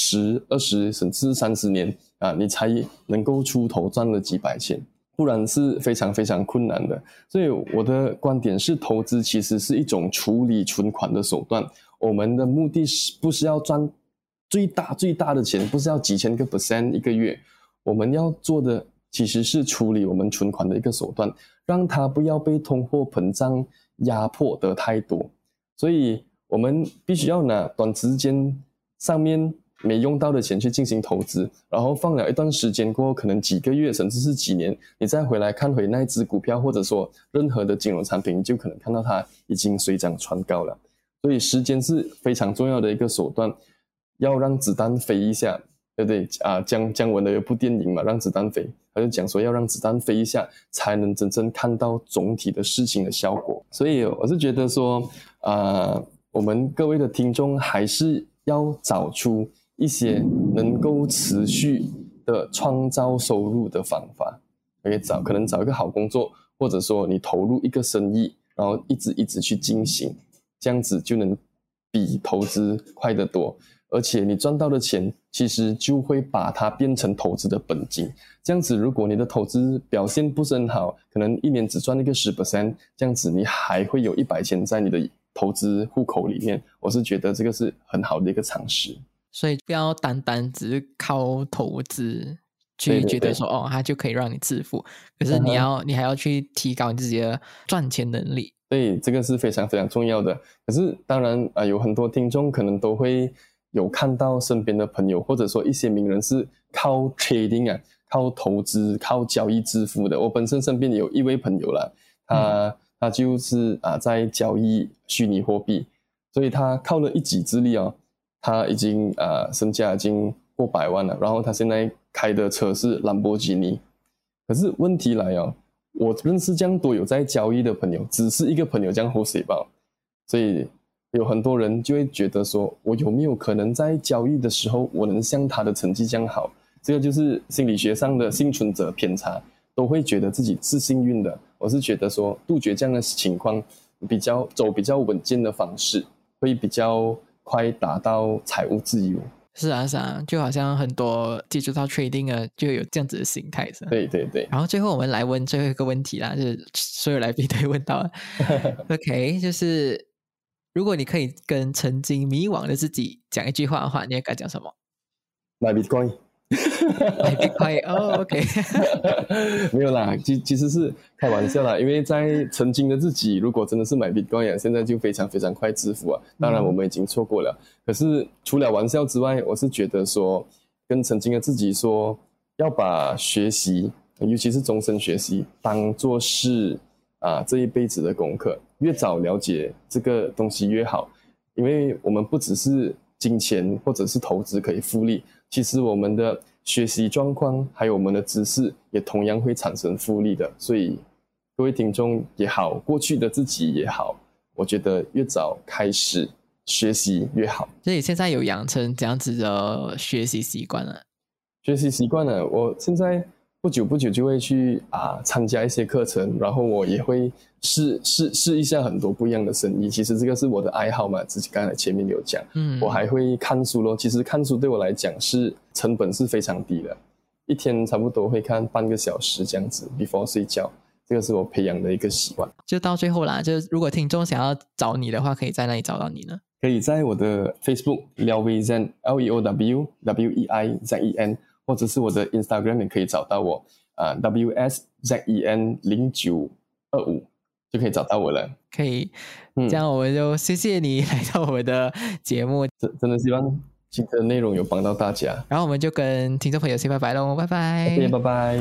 10、20甚至30年你才能够出头赚了几百千，不然是非常非常困难的。所以我的观点是，投资其实是一种处理存款的手段。我们的目的不是要赚最大的钱，不是要几千个%一个月，我们要做的其实是处理我们存款的一个手段，让它不要被通货膨胀压迫得太多。所以我们必须要拿短时间上面没用到的钱去进行投资，然后放了一段时间过后，可能几个月甚至是几年，你再回来看回那只股票或者说任何的金融产品，你就可能看到它已经水涨船高了。所以时间是非常重要的一个手段，要让子弹飞一下，对不对姜文的有部电影嘛，让子弹飞，他就讲说要让子弹飞一下才能真正看到总体的事情的效果。所以我是觉得说我们各位的听众还是要找出一些能够持续的创造收入的方法，可能找一个好工作，或者说你投入一个生意，然后一直去进行，这样子就能比投资快得多，而且你赚到的钱其实就会把它变成投资的本金。这样子如果你的投资表现不是很好，可能一年只赚一个 10%， 这样子你还会有100千在你的投资户口里面。我是觉得这个是很好的一个尝试。 所以不要单单只是靠投资去觉得说对它就可以让你致富，可是你还要去提高你自己的赚钱能力。 对，这个是非常非常重要的。可是当然有很多听众可能都会有看到身边的朋友，或者说一些名人是靠 trading 靠投资靠交易致富的。我本身身边有一位朋友啦，他就是在交易虚拟货币，所以他靠了一己之力他已经身价已经过100万了，然后他现在开的车是兰博基尼。可是问题来我认识这样多有在交易的朋友，只是一个朋友这样好水包，所以有很多人就会觉得说，我有没有可能在交易的时候我能像他的成绩这样好？这个就是心理学上的幸存者偏差，都会觉得自己是幸运的。我是觉得说杜绝这样的情况，走比较稳健的方式，会比较快达到财务自由。 是啊，就好像很多接触到 trading 就有这样子的心态是吧？ 对对对。 然后最后我们来问最后一个问题啦，就是所有来宾都会问到了OK， 就是如果你可以跟曾经迷惘的自己讲一句话的话，你该讲什么？ 买 Bitcoin。 买 Bitcoin OK 没有啦，其实是开玩笑啦，因为在曾经的自己如果真的是买 Bitcoin 现在就非常非常快致富当然我们已经错过了可是除了玩笑之外，我是觉得说跟曾经的自己说，要把学习尤其是终身学习当作是这一辈子的功课，越早了解这个东西越好。因为我们不只是金钱或者是投资可以复利，其实我们的学习状况还有我们的知识也同样会产生复利的。所以各位听众也好，过去的自己也好，我觉得越早开始学习越好。 所以现在有养成这样子的学习习惯了？ 学习习惯了，我现在不久就会去参加一些课程，然后我也会试一下很多不一样的生意。其实这个是我的爱好嘛，自己刚才前面有讲。我还会看书咯。其实看书对我来讲是成本是非常低的，一天差不多会看半个小时这样子 before 睡觉，这个是我培养的一个习惯。 就到最后啦，就如果听众想要找你的话，可以在哪里找到你呢？ 可以在我的 Facebook Leowizen LEOWWEIZEN，或者是我的 Instagram 也可以找到我WSZEN0925就可以找到我了。 可以这样我们就谢谢你来到我们的节目， 真的希望今天的内容有帮到大家。 然后我们就跟听众朋友说拜拜咯，拜拜。 谢谢，拜拜。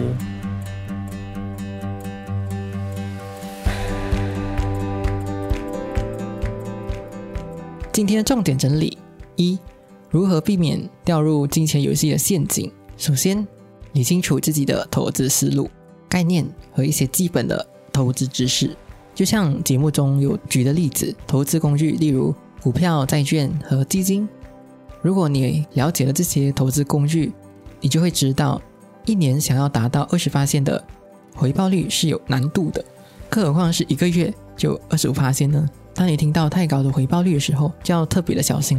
今天的重点整理： 1. 如何避免掉入金钱游戏的陷阱。首先，理清楚自己的投资思路、概念和一些基本的投资知识。就像节目中有举的例子，投资工具例如股票、债券和基金。如果你了解了这些投资工具，你就会知道一年想要达到 20% 的回报率是有难度的，更何况是一个月就 25% 呢？当你听到太高的回报率的时候，就要特别的小心了。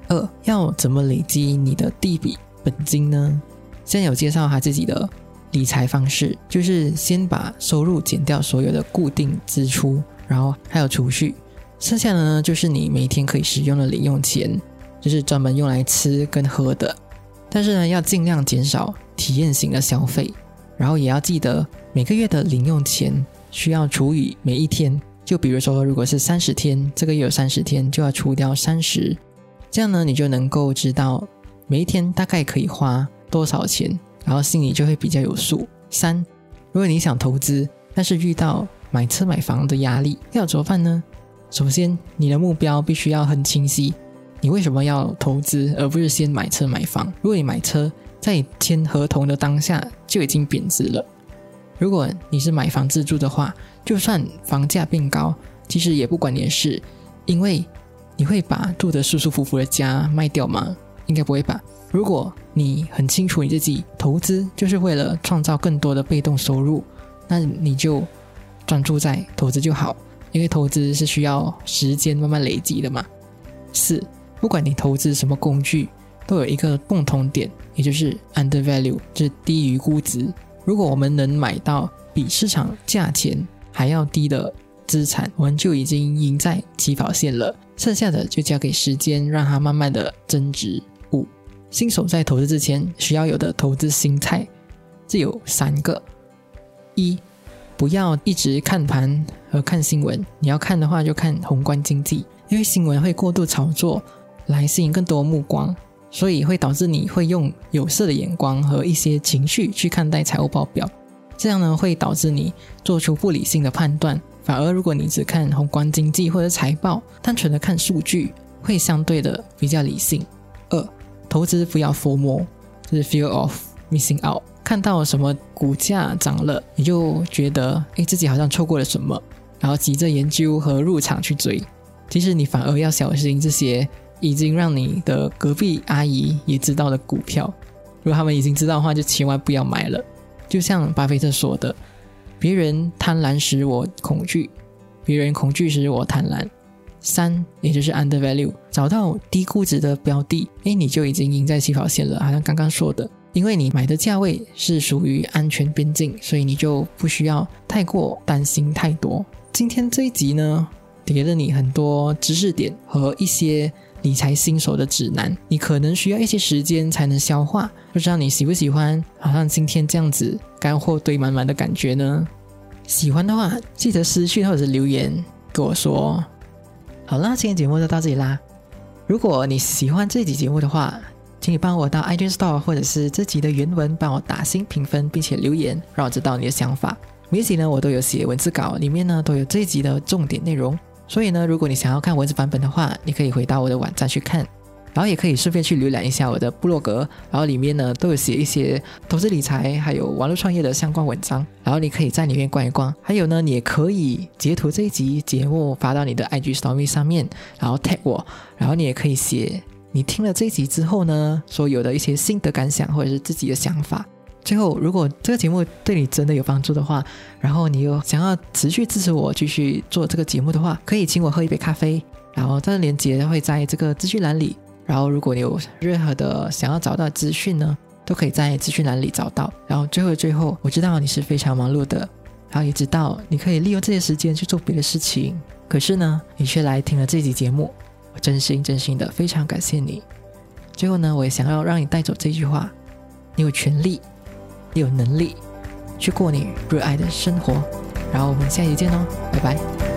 2. 要怎么累积你的第一笔本金呢？现在有介绍他自己的理财方式，就是先把收入减掉所有的固定支出，然后还有储蓄，剩下的呢就是你每天可以使用的零用钱，就是专门用来吃跟喝的。但是呢，要尽量减少体验型的消费，然后也要记得每个月的零用钱需要除以每一天，就比如说如果是30天，这个月有30天，就要除掉30，这样呢你就能够知道每一天大概可以花多少钱，然后心里就会比较有数。3. 如果你想投资，但是遇到买车买房的压力，要怎么办呢？首先你的目标必须要很清晰，你为什么要投资，而不是先买车买房。如果你买车在签合同的当下就已经贬值了，如果你是买房自住的话，就算房价变高，其实也不关你的事，因为你会把住得舒舒服服的家卖掉吗？应该不会吧。如果你很清楚你自己投资就是为了创造更多的被动收入，那你就专注在投资就好，因为投资是需要时间慢慢累积的嘛。4. 不管你投资什么工具，都有一个共同点，也就是 undervalue， 就是低于估值。如果我们能买到比市场价钱还要低的资产，我们就已经赢在起跑线了，剩下的就交给时间，让它慢慢的增值。5. 新手在投资之前需要有的投资心态，这有3个。1. 不要一直看盘和看新闻，你要看的话就看宏观经济，因为新闻会过度炒作来吸引更多目光，所以会导致你会用有色的眼光和一些情绪去看待财务报表，这样呢会导致你做出不理性的判断。反而如果你只看宏观经济或者财报，单纯的看数据，会相对的比较理性。2. 投资不要 FOMO， 就是 Fear of Missing Out， 看到什么股价涨了，你就觉得自己好像错过了什么，然后急着研究和入场去追。其实你反而要小心这些已经让你的隔壁阿姨也知道的股票，如果他们已经知道的话，就千万不要买了。就像巴菲特说的，别人贪婪使我恐惧，别人恐惧使我贪婪。3. 也就是 undervalue， 找到低估值的标的，你就已经赢在起跑线了，好像刚刚说的，因为你买的价位是属于安全边境，所以你就不需要太过担心太多。今天这一集呢，给了你很多知识点和一些理财新手的指南，你可能需要一些时间才能消化，不知道你喜不喜欢好像今天这样子干货堆满满的感觉呢？喜欢的话记得私讯或者留言跟我说。好啦，今天节目就到这里啦。如果你喜欢这集节目的话，请你帮我到 iTunes Store 或者是这集的原文帮我打星评分，并且留言让我知道你的想法。每一集呢我都有写文字稿，里面呢都有这一集的重点内容，所以呢如果你想要看文字版本的话，你可以回到我的网站去看，然后也可以顺便去浏览一下我的部落格，然后里面呢都有写一些投资理财还有网络创业的相关文章，然后你可以在里面逛一逛。还有呢，你也可以截图这一集节目发到你的 IG Story 上面，然后 tag 我，然后你也可以写你听了这一集之后呢所有的一些心得感想或者是自己的想法。最后，如果这个节目对你真的有帮助的话，然后你又想要持续支持我继续做这个节目的话，可以请我喝一杯咖啡，然后这个链接会在这个资讯栏里，然后如果你有任何的想要找到资讯呢，都可以在资讯栏里找到。然后最后我知道你是非常忙碌的，然后也知道你可以利用这些时间去做别的事情，可是呢你却来听了这集节目，我真心的非常感谢你。最后呢，我也想要让你带走这句话，你有权利，你有能力去过你热爱的生活。然后我们下期见哦，拜拜。